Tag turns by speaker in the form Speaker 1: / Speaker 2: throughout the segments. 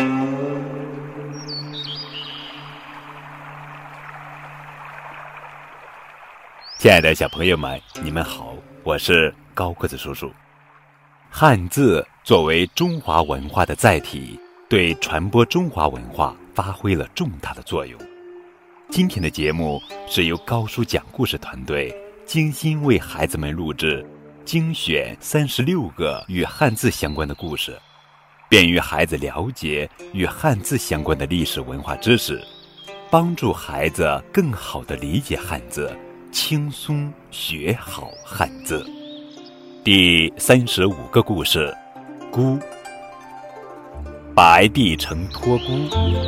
Speaker 1: 亲爱的小朋友们，你们好，我是高个子叔叔。汉字作为中华文化的载体，对传播中华文化发挥了重大的作用。今天的节目是由高叔讲故事团队精心为孩子们录制，精选36个与汉字相关的故事，便于孩子了解与汉字相关的历史文化知识，帮助孩子更好地理解汉字，轻松学好汉字。第35个故事，孤。白帝城托孤。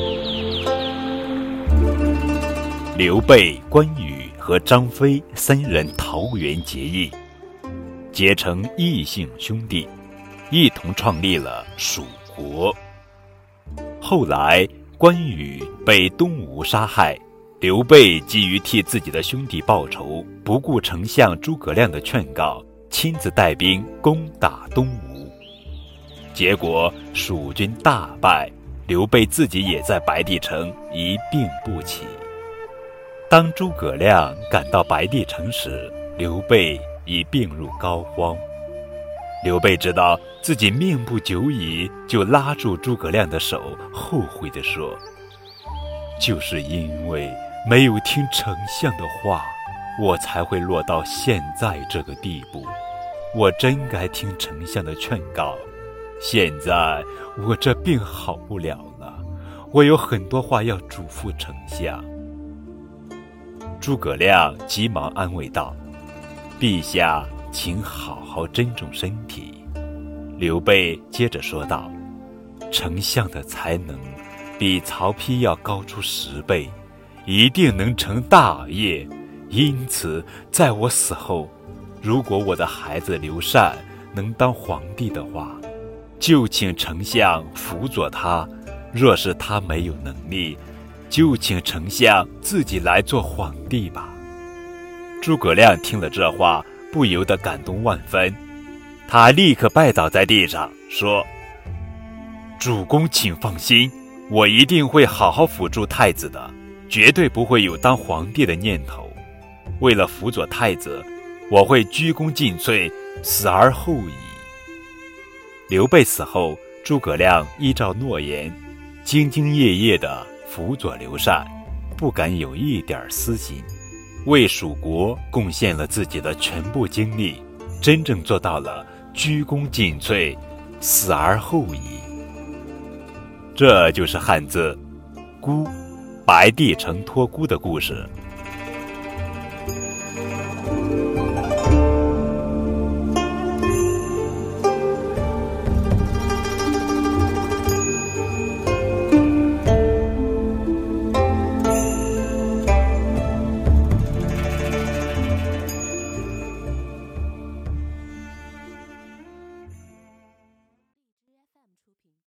Speaker 1: 刘备、关羽和张飞三人桃园结义，结成异姓兄弟，一同创立了蜀国。后来关羽被东吴杀害，刘备急于替自己的兄弟报仇，不顾丞相诸葛亮的劝告，亲自带兵攻打东吴。结果蜀军大败，刘备自己也在白帝城一病不起。当诸葛亮赶到白帝城时，刘备已病入膏肓。刘备知道自己命不久矣，就拉住诸葛亮的手，后悔地说：就是因为没有听丞相的话，我才会落到现在这个地步。我真该听丞相的劝告，现在我这病好不了了，我有很多话要嘱咐丞相。诸葛亮急忙安慰道：陛下请好好珍重身体。刘备接着说道：丞相的才能比曹丕要高出10倍，一定能成大业。因此在我死后，如果我的孩子刘禅能当皇帝的话，就请丞相辅佐他，若是他没有能力，就请丞相自己来做皇帝吧。诸葛亮听了这话，不由得感动万分，他立刻拜倒在地上，说：主公请放心，我一定会好好辅助太子的，绝对不会有当皇帝的念头。为了辅佐太子，我会鞠躬尽瘁，死而后已。刘备死后，诸葛亮依照诺言，兢兢业业地辅佐刘禅，不敢有一点私心，为蜀国贡献了自己的全部精力，真正做到了鞠躬尽瘁，死而后已。这就是汉字孤，白帝城托孤的故事。